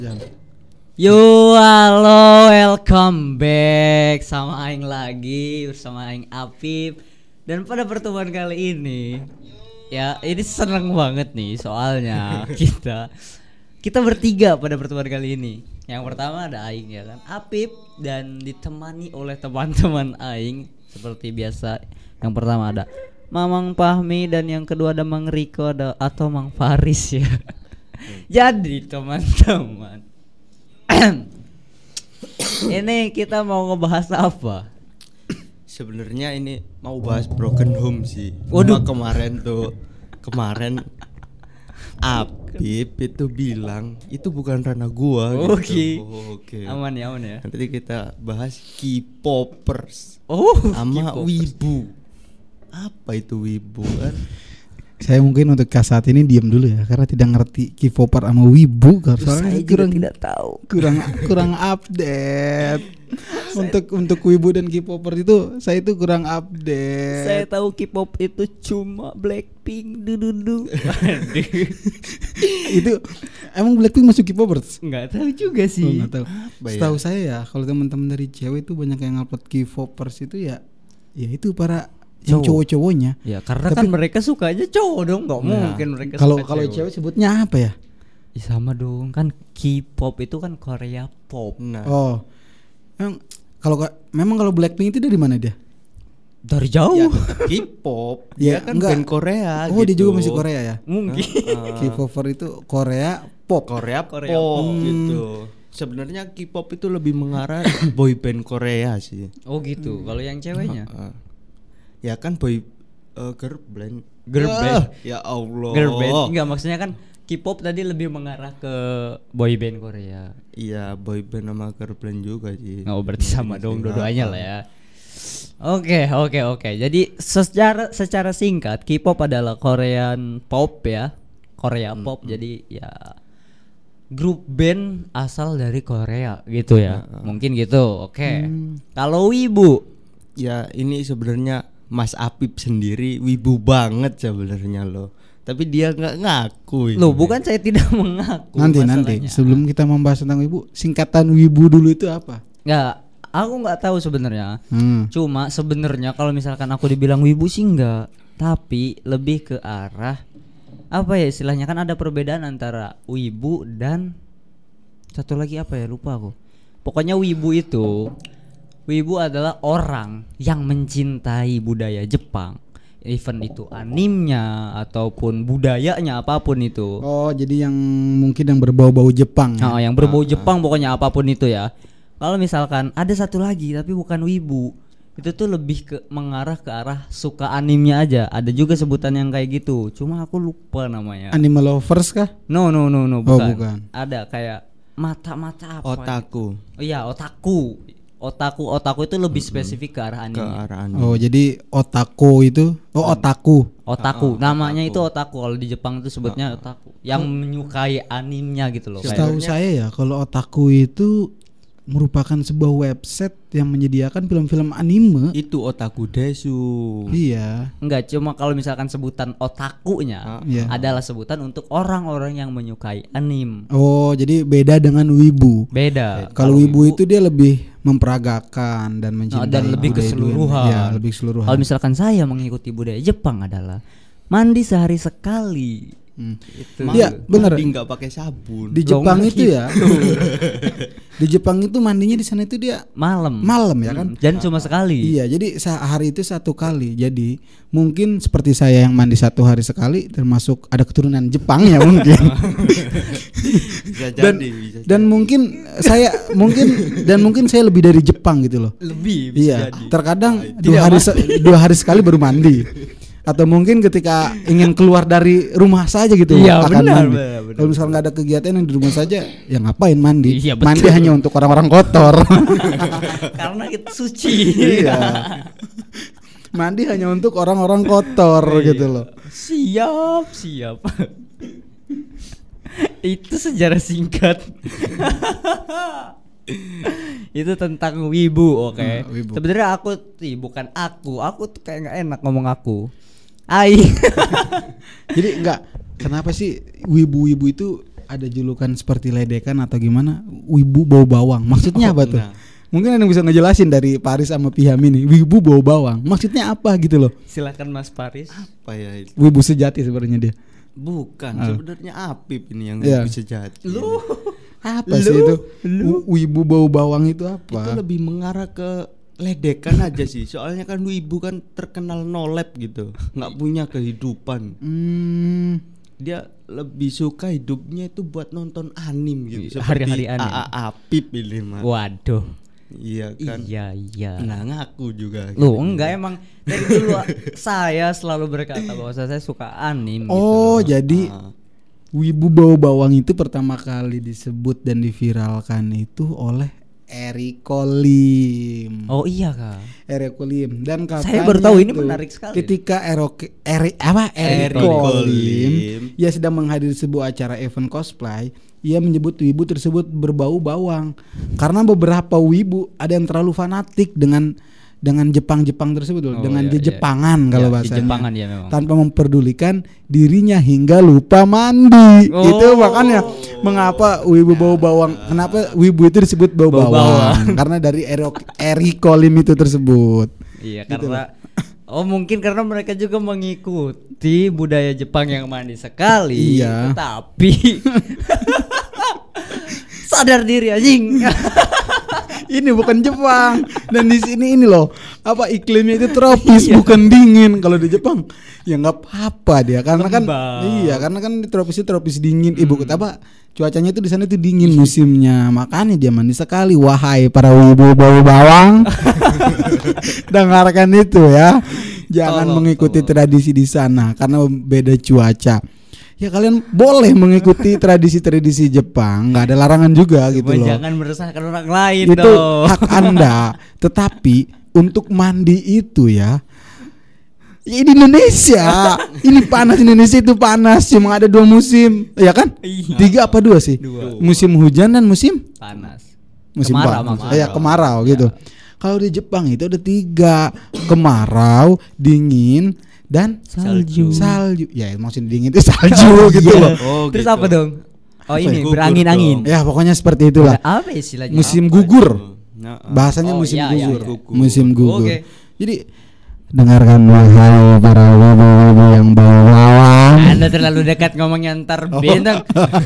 Yo, halo, welcome back sama Aing lagi bersama Aing Apip. Dan pada pertemuan kali ini, ya ini seneng banget nih soalnya kita bertiga pada pertemuan kali ini. Yang pertama ada Aing ya kan, Apip, dan ditemani oleh teman-teman Aing seperti biasa. Yang pertama ada Mamang Fahmi dan yang kedua ada Mang Riko atau Mang Faris ya. Jadi teman-teman, ini kita mau ngebahas apa? Sebenarnya ini mau bahas broken home sih. Waduh. Kemarin Apip itu bilang itu bukan ranah gua Oke. gitu. Oke. Aman ya. Nanti kita bahas K-popers Oh, sama K-popers. wibu. Apa itu wibu kan? Saya mungkin untuk saat ini diam dulu ya karena tidak ngerti K-popper sama wibu karena soalnya Saya juga tidak tahu. kurang update. Untuk wibu dan K-popper itu saya itu kurang update. Saya tahu K-pop itu cuma Blackpink, dududu. Itu emang Blackpink masuk K-poppers? Nggak tahu juga sih. Nggak tahu. Setahu saya ya kalau teman-teman dari cewek itu banyak yang upload K-poppers itu ya itu para yang cowok-cowoknya. Ya karena Tapi- kan mereka sukanya cowok dong, nggak mungkin mereka Kalau suka cewek sebutnya apa ya? Ya, sama dong, kan K-pop itu kan Korea pop. Nah, Oh, memang kalau Blackpink itu dari mana dia? Dari jauh. ya tetap K-pop. Ya, Dia kan enggak. band Korea Oh, gitu. dia juga masih Korea ya? Mungkin. K-popper itu Korea pop. Korea Korea pop pop. gitu. Sebenarnya K-pop itu lebih mengarah boy band Korea sih. Oh gitu. Kalau yang ceweknya? Ya kan girl band. Girl band. Ya Allah. Girl band. Enggak, maksudnya kan K-pop tadi lebih mengarah ke boy band Korea. Iya, boy band sama girl band juga sih. Oh, berarti sama Iya, dong iya. dua-duanya lah ya. Oke. Jadi secara singkat K-pop adalah Korean pop ya. Korea pop. Jadi ya grup band asal dari Korea gitu ya. Mungkin gitu. Oke. Kalau wibu, Ya, ini sebenarnya Mas Apip sendiri wibu banget sebenarnya loh. Tapi dia nggak ngaku. loh bukan saya tidak mengaku. Nanti masalahnya. sebelum kita membahas tentang wibu, singkatan wibu dulu itu apa? Nggak, aku nggak tahu sebenarnya. Cuma sebenarnya kalau misalkan aku dibilang wibu sih enggak, tapi lebih ke arah apa ya istilahnya, kan ada perbedaan antara wibu dan satu lagi apa ya, lupa aku. Pokoknya wibu adalah orang yang mencintai budaya Jepang, even itu animnya ataupun budayanya apapun itu. Oh, jadi yang mungkin yang berbau-bau Jepang ya? Nah, yang berbau Jepang pokoknya apapun itu ya. Kalau misalkan ada satu lagi tapi bukan wibu, itu tuh lebih ke mengarah ke arah suka animnya aja. Ada juga sebutan yang kayak gitu. Cuma aku lupa namanya. Animal lovers kah? No, bukan. bukan. Ada kayak mata-mata apa? Otaku. Oh iya, otaku itu lebih spesifik ke arah Ke anime. arah anime. Oh, jadi otaku itu otaku. Otaku, namanya otaku. itu otaku. Kalau di Jepang itu sebutnya otaku, yang menyukai animnya gitu loh. Kayak Setahu saya ya kalau otaku itu merupakan sebuah website yang menyediakan film-film anime. Itu Otaku Desu. Iya. enggak, cuma kalau misalkan sebutan otakunya Iya. adalah sebutan untuk orang-orang yang menyukai anime. Oh, jadi beda dengan wibu. Beda. Kalau wibu itu dia lebih memperagakan dan mencintai dan lebih budaya keseluruhan. dunia. Ya, lebih keseluruhan. Kalau misalkan saya mengikuti budaya Jepang adalah mandi sehari sekali. Itu. Iya, bener. Mandi nggak pakai sabun. Di Jepang Loh, itu ya. Di Jepang itu mandinya di sana itu dia Malam ya kan? dan cuma sekali. Iya, jadi sehari itu satu kali. Jadi mungkin seperti saya yang mandi satu hari sekali, termasuk ada keturunan Jepang ya mungkin. Bisa dan jadi, bisa dan mungkin saya lebih dari Jepang gitu loh. Lebih bisa Iya, jadi. terkadang Tidak dua hari sekali baru mandi. Atau mungkin ketika ingin keluar dari rumah saja gitu Iya, akan benar, mandi. benar. Kalau misalnya nggak ada kegiatan yang di rumah saja, ya ngapain mandi? Iya, betul. Mandi hanya untuk orang-orang kotor. Karena itu suci. Iya. Mandi hanya untuk orang-orang kotor gitu loh. Siap. Itu sejarah singkat. Itu tentang wibu, oke. Wibu. Sebenarnya bukan aku tuh kayak nggak enak ngomong aku. Ai. Jadi enggak, kenapa sih wibu-wibu itu ada julukan seperti ledekan atau gimana, wibu bau bawang. Maksudnya apa tuh? Nah. Mungkin ada yang bisa ngejelasin dari Paris sama Piham ini, wibu bau bawang. Maksudnya apa gitu loh? Silakan Mas Paris. Apa ya itu? Wibu sejati sebenarnya dia. Bukan, sebenarnya Apip ini yang Iya. bisa jadi. Apa sih itu? Wibu bau bawang itu apa? Itu lebih mengarah ke ledekan aja sih. Soalnya kan wibu kan terkenal nolep gitu, nggak punya kehidupan. Dia lebih suka hidupnya itu buat nonton anim gitu. Hari-hari Seperti anim. Apip ini mah. Waduh. Iya kan. Iya. Nah ngaku juga. Lu enggak emang dari dulu saya selalu berkata bahwa saya suka anim Oh, gitu. jadi wibu bau bawang itu pertama kali disebut dan diviralkan itu oleh Eriko Lim. Oh iya Kak. Eriko Lim dan Saya katanya baru tahu, ini tuh menarik sekali. Ketika Eriko Eriko Lim ia sedang menghadiri sebuah acara event cosplay, ia menyebut wibu tersebut berbau bawang karena beberapa wibu ada yang terlalu fanatik dengan Jepang tersebut loh, Oh, dengan iya, Jepangan iya. kalau Iya, bahasanya. Jepangan ya memang. Tanpa memperdulikan dirinya hingga lupa mandi. Oh. Itu makanya mengapa wibu bau bawang, kenapa wibu itu disebut bau Bau bawang? Karena dari Eriko Lim itu tersebut. Iya Gitu karena mungkin karena mereka juga mengikuti budaya Jepang yang mandi sekali. Iya. Tapi sadar diri anjing. Ini bukan Jepang, dan di sini ini loh, apa iklimnya itu tropis bukan dingin. Kalau di Jepang ya nggak apa-apa dia, karena kan karena kan di tropis itu tropis dingin. Ibu kota apa cuacanya itu di sana itu dingin musimnya, makanya dia mandi sekali. Wahai para wibu bau bawang, dengarkan itu ya, jangan mengikuti tradisi di sana karena beda cuaca. Ya kalian boleh mengikuti tradisi-tradisi Jepang, nggak ada larangan juga gitu loh. Jangan meresahkan orang lain Itu dong. hak Anda. Tetapi untuk mandi itu ya di Indonesia ini panas, Indonesia itu panas, cuma ada 2 musim, ya kan? Iya. 3 apa 2 sih? 2. Musim hujan dan musim Panas. kemarau. maksudnya. Ya kemarau gitu. Kalau di Jepang itu ada 3, kemarau, dingin, dan Salju. Ya maksudnya dingin itu salju gitu loh. Oh, Terus gitu. apa dong? Oh ini Gugur berangin-angin. Ya pokoknya seperti itulah. Apa istilahnya? Musim Apa gugur. itu? Nah, Bahasanya Oh, musim iya, iya, gugur. iya. Musim gugur. Oke. Jadi dengarkan wahai para wibu-wibu yang bau bawang. Anda terlalu dekat ngomongnya ntar bintang.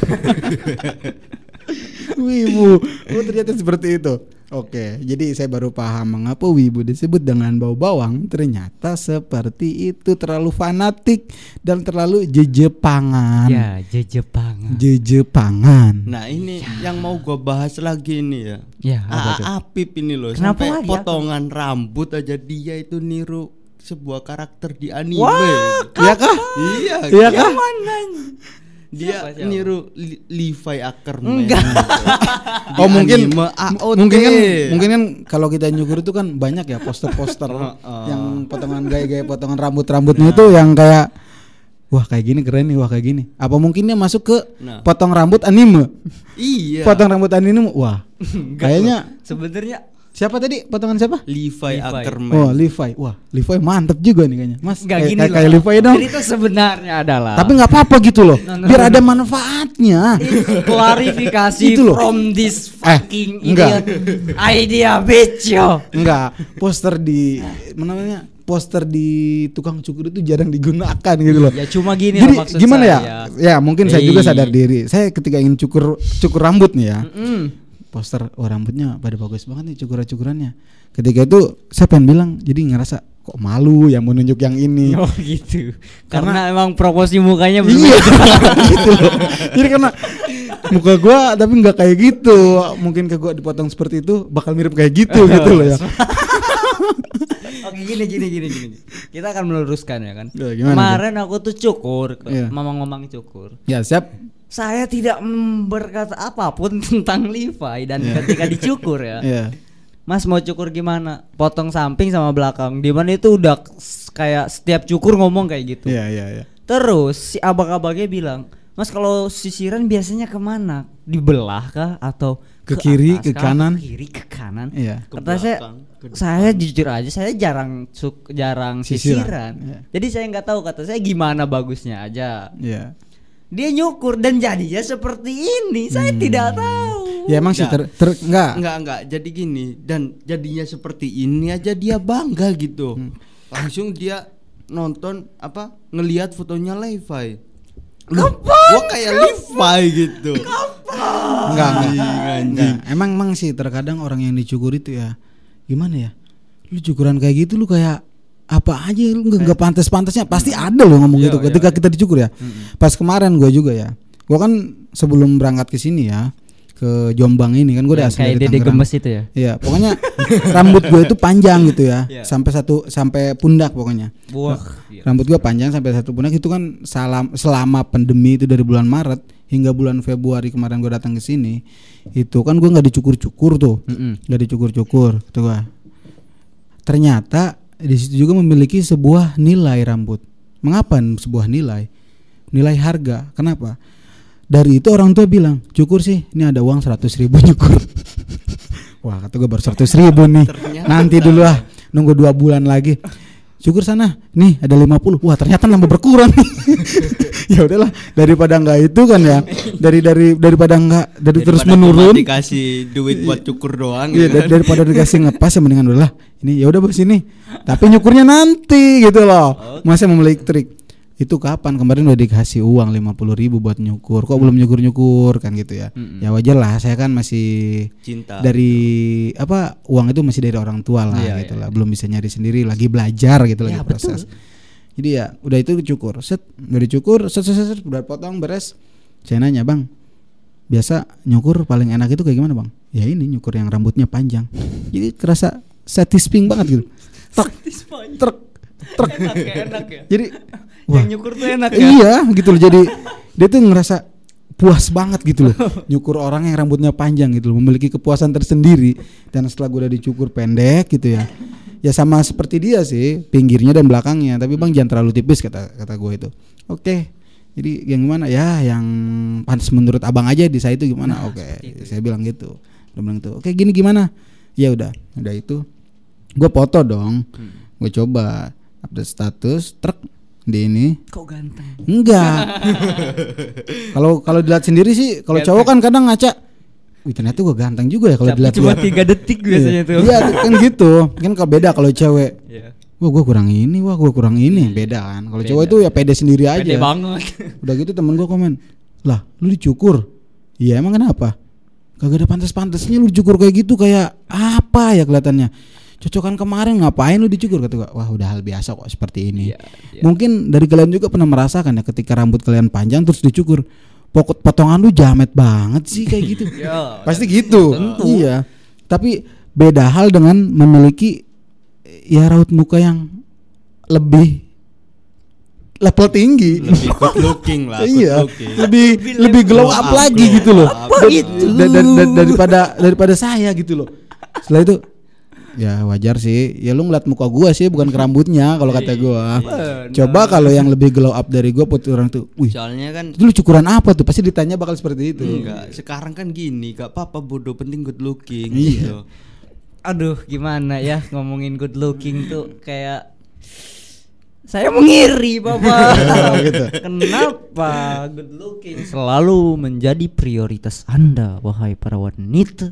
Wibu. Oh ternyata seperti itu. Oke, jadi saya baru paham mengapa wibu disebut dengan bau bawang. Ternyata seperti itu, terlalu fanatik dan terlalu jejepangan. Ya, Jepangan. Jejepangan. Nah ini yang mau gue bahas lagi ini ya. Ya, apa tuh? Apip ini loh. Kenapa Sampai lagi, potongan rambut aja dia itu niru sebuah karakter di anime. Wah, Iya kah? Iya. Iya kah? Dia Siapa? niru Levi Ackerman. Enggak. Di Oh mungkin anime AOT. mungkin kan kalau kita nyukur itu kan banyak ya poster-poster yang potongan gaya-gaya potongan rambut-rambutnya itu yang kayak wah kayak gini keren nih, wah kayak gini. Apa mungkin dia masuk ke Nah. potong rambut anime? Iya. Potong rambut anime, wah. Kayaknya Sebenarnya siapa tadi? Potongan siapa? Levi Ackerman. Oh, Levi. Wah, Levi mantep juga nih kayaknya. Mas, enggak gini kayak loh. kayak Levi dong. Jadi itu sebenarnya adalah Tapi nggak apa-apa gitu loh. No, no, Biar no, ada no. manfaatnya. klarifikasi Itu loh. from this fucking enggak. idiot idea bitch yo. Enggak, poster di mana namanya? Poster di tukang cukur itu jarang digunakan gitu loh. Ya cuma gini Jadi loh maksud gimana saya. ya? Ya mungkin saya juga sadar diri. Saya ketika ingin cukur rambut nih ya. Poster rambutnya pada bagus banget nih cukurannya. Ketika itu saya pengen bilang, jadi ngerasa kok malu yang menunjuk yang ini. Oh gitu. Karena emang proporsi mukanya belum Iya gitu loh. Jadi karena muka gua tapi nggak kayak gitu. Mungkin ke gua dipotong seperti itu bakal mirip kayak gitu gitu loh ya. Oke gini. Kita akan meluruskan ya kan. Ya, gimana, Kemarin aku tuh cukur, Iya. ngomong cukur. Ya siap. Saya tidak berkata apapun tentang Levi dan ketika dicukur ya. Iya. Mas mau cukur gimana? Potong samping sama belakang. Di mana itu udah kayak setiap cukur ngomong kayak gitu. Iya. Terus si abang-abangnya bilang, Mas kalau sisiran biasanya kemana? Dibelah kah atau Ke kiri, atas ke kah? kanan? Ke kiri, ke kanan. Iya. Ke Kata saya, belakang, ke depan. saya jujur aja saya jarang Sisiran. sisiran. Iya. Jadi saya nggak tahu kata saya gimana bagusnya aja. Iya. dia nyukur dan jadinya seperti ini. Saya tidak tahu. Ya emang sih enggak. Enggak. Jadi gini, dan jadinya seperti ini aja dia bangga gitu. Langsung dia nonton ngelihat fotonya Levi. Gua kayak Levi gitu. Enggak. Emang sih terkadang orang yang dicukur itu ya gimana ya? Lu cukuran kayak gitu lu kayak apa aja lu enggak pantas-pantasnya pasti ada lo ngomong gitu ketika kita dicukur ya. Pas kemarin gue juga ya. Gue kan sebelum berangkat ke sini ya ke Jombang ini kan gue udah asli dari Dede Tangerang. Gemes itu ya. Iya, pokoknya rambut gue itu panjang gitu ya. Sampai pundak pokoknya. Wah. Rambut gue panjang sampai satu pundak itu kan selama pandemi itu dari bulan Maret hingga bulan Februari kemarin gue datang ke sini. Itu kan gue enggak dicukur-cukur tuh. Enggak dicukur-cukur gitu gua. Ternyata di situ juga memiliki sebuah nilai rambut. Mengapa sebuah nilai? Nilai harga. Kenapa? Dari itu orang tua bilang, cukur sih, ini ada uang 100.000 nyukur. Wah, kata gue baru 100.000 nih. Nanti dulu nunggu 2 bulan lagi. Cukur sana, nih ada 50. Wah, ternyata nambah berkurang. Ya udahlah, daripada enggak itu kan ya. Daripada terus menurun. Dikasih duit buat cukur doang. Iya, daripada dikasih ngepas ya mendingan udahlah. Ini ya udah bos ini. Tapi nyukurnya nanti gitu loh. Masa mau trik. Itu kapan? Kemarin udah dikasih uang 50.000 buat nyukur. Kok belum nyukur kan gitu ya. Ya wajar lah, saya kan masih cinta. Dari uang itu masih dari orang tua lah gitu lah. Belum bisa nyari sendiri, lagi belajar gitu lagi proses. Jadi ya udah itu dicukur. Udah dicukur, udah potong beres. Saya nanya, "Bang, biasa nyukur paling enak itu kayak gimana, Bang?" Ya ini nyukur yang rambutnya panjang. Jadi kerasa satisfying banget gitu. Truk. Enak ya. Jadi yang nyukur tuh enak ya. Iya gitu loh. Jadi dia tuh ngerasa puas banget gitu loh. Nyukur orang yang rambutnya panjang gitu loh, memiliki kepuasan tersendiri. Dan setelah gue udah dicukur pendek gitu ya. Ya sama seperti dia sih, pinggirnya dan belakangnya. Tapi Bang jangan terlalu tipis kata gue itu. Oke. Jadi yang gimana ya, yang pantas menurut abang aja di saya itu gimana? Oke. Saya bilang gitu. Dia bilang tuh, "Oke, gini gimana?" Ya udah itu. Gue foto dong. Gue coba update status truk di ini. Kok ganteng? Enggak. Kalau dilihat sendiri sih, kalau cowok kan kadang ngaca, wih ternyata gue ganteng juga ya kalau dilihat. Cuma 3 detik biasanya tuh. Iya kan gitu. Kan kalau beda kalau cewek. Wah gue kurang ini, beda kan. Kalau cowok itu ya pede sendiri aja. Pede banget. Udah gitu temen gue komen, "Lah lu dicukur?" "Iya emang kenapa?" "Kagak ada pantas-pantasnya lu dicukur kayak gitu, kayak apa ya kelihatannya. Cocokan kemarin ngapain lu dicukur?" Kata gua, "Wah udah hal biasa kok seperti ini." Mungkin dari kalian juga pernah merasakan ya ketika rambut kalian panjang terus dicukur, potongan lu jamet banget sih kayak gitu. Pasti gitu. Tentu. Iya. Tapi beda hal dengan memiliki ya raut muka yang lebih level tinggi, lebih good looking lah. Iya, lebih glow up lagi gitu loh. Daripada saya gitu loh. Setelah itu ya wajar sih. Ya lu ngeliat muka gua sih bukan ke rambutnya kalau kata gua. Coba kalau yang lebih glow up dari gua putih orang tuh, "Wih, soalnya kan itu lu cukuran apa tuh?" Pasti ditanya bakal seperti itu. Enggak, sekarang kan gini, gak apa-apa bodoh, penting good looking gitu. Aduh, gimana ya ngomongin good looking tuh kayak saya mengiri, Bapak. Gitu. Kenapa good looking selalu menjadi prioritas Anda, wahai para wanita?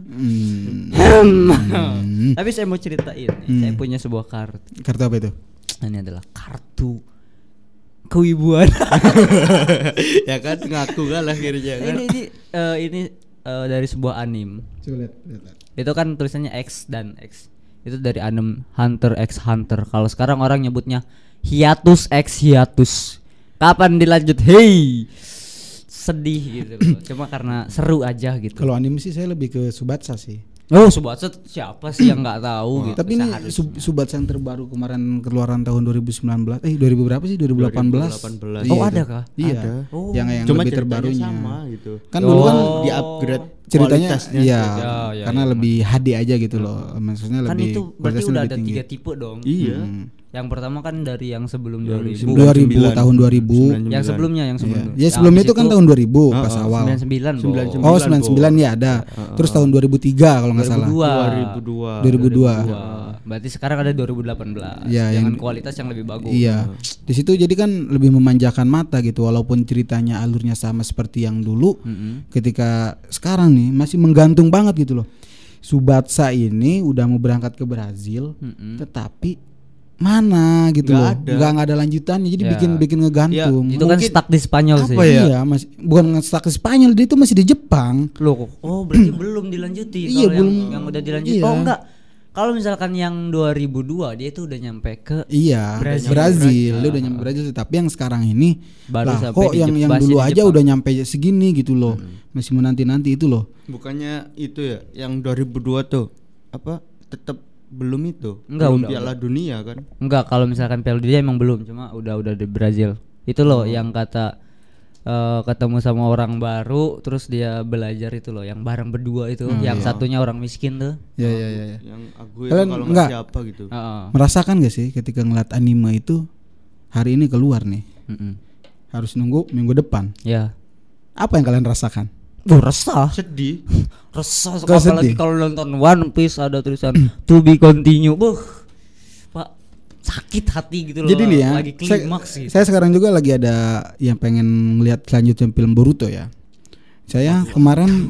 Tapi saya mau ceritain, saya punya sebuah kartu. Kartu apa itu? Ini adalah kartu kewibuan. Ya kan ngaku kan akhirnya kan. Ini dari sebuah anime. Coba lihat. Itu kan tulisannya X dan X. Itu dari anime Hunter x Hunter. Kalau sekarang orang nyebutnya hiatus X hiatus. Kapan dilanjut? Hey. Sedih gitu loh. Cuma karena seru aja gitu. Kalau anime sih saya lebih ke Subatsa sih. Oh, Subatsa siapa sih yang nggak tahu gitu. Tapi ini Subatsa yang terbaru kemarin keluaran tahun 2019. 2000 berapa sih? 2018. Oh, ada kah? Iya. Ada. Oh. Yang cuma lebih terbarunya. Sama gitu. Kan dulu kan di-upgrade ceritanya iya, ya, karena lebih HD aja gitu loh. Maksudnya kan lebih itu berarti kualitasnya udah lebih ada tinggi. 3 tipe dong. Iya. Yang pertama kan dari yang sebelum Yang 2000 2000. tahun 2000. Yang sebelumnya yang Iya. sebelumnya. Ya sebelumnya itu kan tahun 2000 pas awal. 99. Bo. 99. Oh 99 ya ada. Terus tahun 2003 kalau nggak salah. 2002. 2002. Berarti sekarang ada 2018. Ya, dengan yang- kualitas yang lebih bagus. Iya. Di situ jadi kan lebih memanjakan mata gitu walaupun ceritanya alurnya sama seperti yang dulu. Ketika sekarang nih masih menggantung banget gitu loh. Subatsa ini udah mau berangkat ke Brazil tetapi mana gitu Nggak loh. ada. Nggak ada lanjutannya jadi Ya. bikin ngegantung. Itu kan stuck di Spanyol sih. apa ya? Iya, masih bukan stuck di Spanyol, dia itu masih di Jepang. Loh, oh berarti belum dilanjuti. Iya, Kalau belum. yang udah dilanjuti. Iya. Oh enggak. Kalau misalkan yang 2002 dia itu udah nyampe ke Iya, Brazil. Dia udah nyampe Brazil, tapi yang sekarang ini Baru lah sampai kok di yang masih dulu di aja Jepang. udah nyampe segini gitu loh. Masih menanti-nanti itu loh. Bukannya itu ya yang 2002 tuh apa tetap belum itu? Enggak, belum udah, Piala Dunia kan? Enggak, kalau misalkan Piala Dunia emang belum, cuma udah di Brazil. Itu loh yang kata ketemu sama orang baru terus dia belajar itu loh yang bareng berdua itu, yang satunya orang miskin tuh. Ya ya ya. ya. Yang Ague Kalian itu kalau enggak? nggak siapa gitu. Heeh. Merasakan gak sih ketika ngeliat anime itu hari ini keluar nih, harus nunggu minggu depan. Ya. Apa yang kalian rasakan? Resah. Sedih. Resah Kau sedih? apalagi kalau nonton One Piece ada tulisan to be continue. Pak, sakit hati gitu loh. Jadi nih ya, lagi klimaks gitu. saya sekarang juga lagi ada yang pengen ngeliat selanjutnya film Boruto ya. Saya kemarin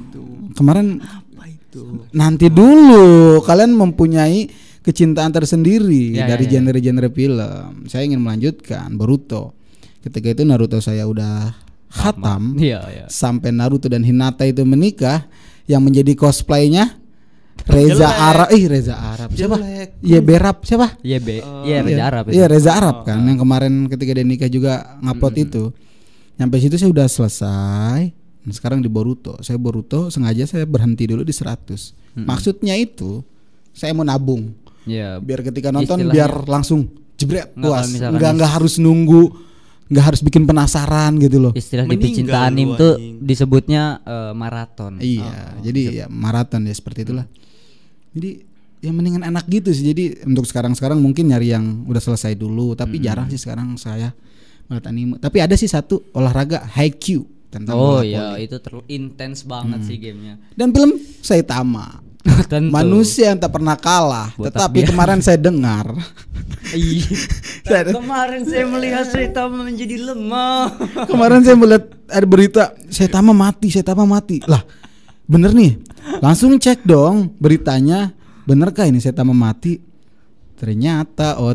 Apa itu? nanti dulu kalian mempunyai kecintaan tersendiri Ya, dari ya, ya. genre-genre film. Saya ingin melanjutkan Boruto. Ketika itu Naruto saya udah khatam Iya, iya. sampai Naruto dan Hinata itu menikah, yang menjadi cosplaynya Reza Arab. Reza Arab siapa? Jelek. Iya Berap siapa? Iya, iya Reza Arab itu. Iya Reza Arab kan yang kemarin ketika dia nikah juga ngupload itu. Nyampe situ saya udah selesai. Nah, sekarang di Boruto. Saya Boruto sengaja saya berhenti dulu di 100. Maksudnya itu saya mau nabung. Iya. Biar ketika nonton Istilahnya- biar langsung jebret Nggak, puas. kalau misalkan Enggak harus nunggu, enggak harus bikin penasaran gitu loh. Istilah di Meninggal pecinta anim lu, tuh anjing. disebutnya maraton. Iya, jadi ya maraton ya seperti itulah. Jadi ya mendingan enak gitu sih. Jadi untuk sekarang mungkin nyari yang udah selesai dulu, tapi jarang sih sekarang saya ngeliat anime. Tapi ada sih satu olahraga Haikyuu tentang Oh bola iya, voli. itu terlalu intens banget sih gamenya. Dan film Saitama. Tentu. Manusia yang tak pernah kalah. Botak Tetapi dia. kemarin saya dengar Iya. Saya- Kemarin saya melihat Saitama menjadi lemah. kemarin saya melihat ada berita Saitama mati. Lah, bener nih. Langsung cek dong beritanya. Benerkah ini Saitama mati? Ternyata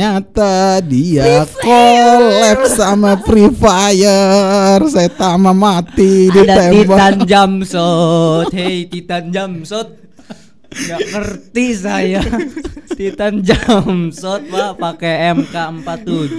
dia collab sama Free Fire. Saitama mati Ada ditembak. Titan Jamshot. Hey Titan Jamshot. Gak ngerti saya. Titan Jamshot Pak pakai MK47.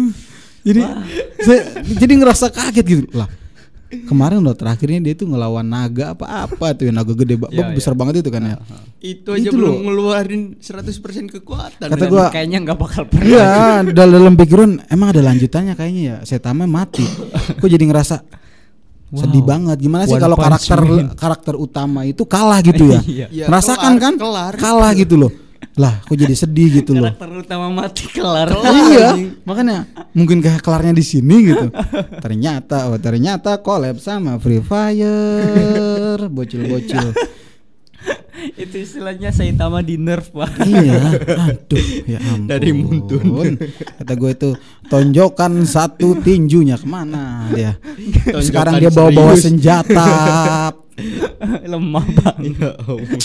Jadi ngerasa kaget gitu lah. Kemarin loh terakhirnya dia tuh ngelawan naga apa tuh ya, naga gede besar banget itu kan ya. Itu aja Itu belum loh. ngeluarin 100% kekuatan. Kata Dan gua Kayaknya nggak bakal pernah. iya dalam pikiran emang ada lanjutannya kayaknya ya. Saitama mati. Kok jadi ngerasa sedih banget. Gimana sih One kalau Punch Man. karakter utama itu kalah gitu ya? Iya. Ya, Merasakan kan? Kalah gitu loh. Lah, kok jadi sedih gitu loh. Karakter utama mati kelar. Iya, makanya mungkin kayak kelarnya di sini gitu. Ternyata collab sama Free Fire, bocil-bocil. Itu istilahnya Saitama di nerf Pak. Iya, aduh, ya ampun. Dari Muntun. Kata gue itu tonjokan satu tinjunya kemana dia? Tonjokan Sekarang dia bawa-bawa serius. senjata. Lemah banget. Ya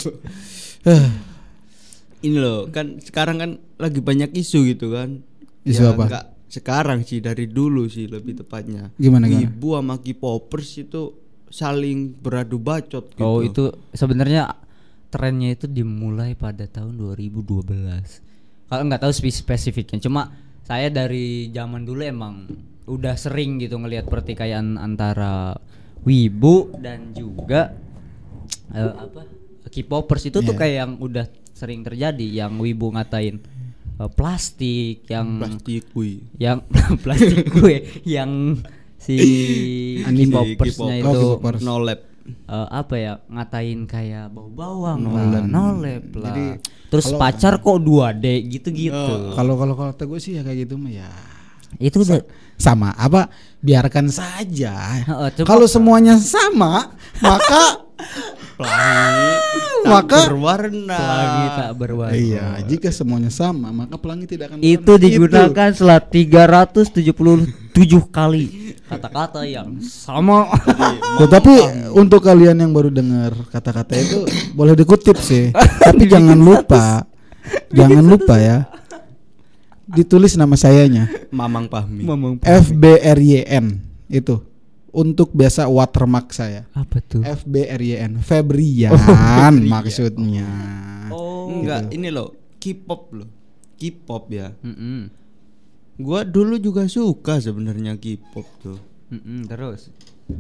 ini loh kan sekarang kan lagi banyak isu gitu kan. Isu Ya, apa? enggak sekarang sih, dari dulu sih lebih tepatnya. Gimana? Ibu sama K-popers itu saling beradu bacot gitu. Oh itu sebenarnya trennya itu dimulai pada tahun 2012. Kalau nggak tahu spesifiknya, cuma saya dari zaman dulu emang udah sering gitu ngelihat pertikaian antara wibu dan juga K-popers itu tuh Iya. kayak yang udah sering terjadi, yang wibu ngatain plastik, yang plastik kui. yang plastik gue, yang si Anime. K-popersnya K-pop. itu K-popers. No lab. apa ya, ngatain kayak bau bawang Nolep. lah, nolep lah. Jadi, Terus kalau- pacar kok 2D gitu-gitu. Kalau kata gue sih ya kayak gitu mah ya Itu udah sama apa, biarkan saja. Heeh, coba- Kalau semuanya sama, maka Pelangi Maka- tak berwarna. pelangi tak berwarna. iya, jika semuanya sama, maka pelangi tidak akan Itu berwarna. digunakan setelah 377 kali kata-kata yang sama. Tetapi untuk kalian yang baru dengar kata-kata itu boleh dikutip sih. Tapi jangan lupa ya. Ditulis nama sayanya Mamang Pahmi. FBRYN itu untuk biasa watermark saya. Apa tuh? FBRYN Febrian maksudnya. Oh, Enggak, ini loh, K-pop loh. K-pop ya. Mm-mm. Gua dulu juga suka sebenarnya K-pop tuh. Terus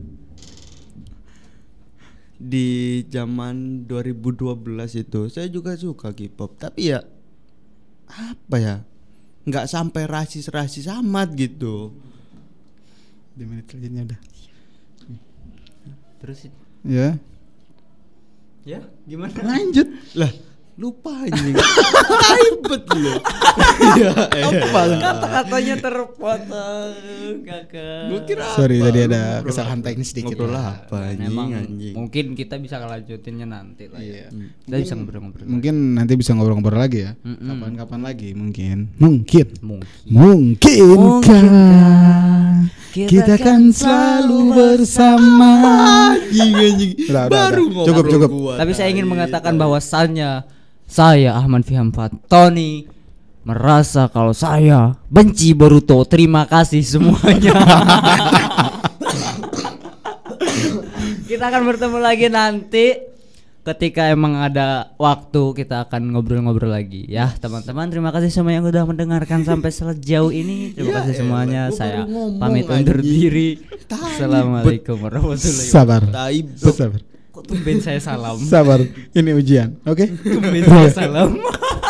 Di zaman 2012 itu saya juga suka K-pop, tapi ya apa ya? Nggak sampai rasis-rasis amat gitu. Di menit selanjutnya udah. terus Ya, ya gimana? lanjut. Lah, lupa anjing. Ribet lu. Iya, apa? Kata-katanya terpotong, Kakak. Gua kira Sorry, apa? tadi ada Ngobrol kesalahan apa? teknis sedikit. Ngobrol lah. apa anjing, Memang anjing. mungkin kita bisa lanjutinnya nanti lah ya. Kita bisa ngobrol-ngobrol. Mungkin nanti bisa ngobrol-ngobrol lagi ya. Mm-mm. Kapan-kapan lagi mungkin. Mungkin. Mungkin kita kan selalu bersama. Anjing. Baru ngobrol Cukup. gua Tapi saya ingin tadi. mengatakan bahwasannya saya Ahmad Fiham Fatoni merasa kalau saya benci Boruto. Terima kasih semuanya. Kita akan bertemu lagi nanti ketika emang ada waktu, kita akan ngobrol-ngobrol lagi ya teman-teman. Terima kasih semua yang sudah mendengarkan sampai sejauh ini. Terima kasih semuanya. gua Saya baru ngomong, pamit undur anjing. diri. Assalamualaikum warahmatullahi wabarakatuh. Sabar. Tai. Sabar. Kok tumben saya salam? Sabar. Ini ujian. Oke. Tumben saya salam.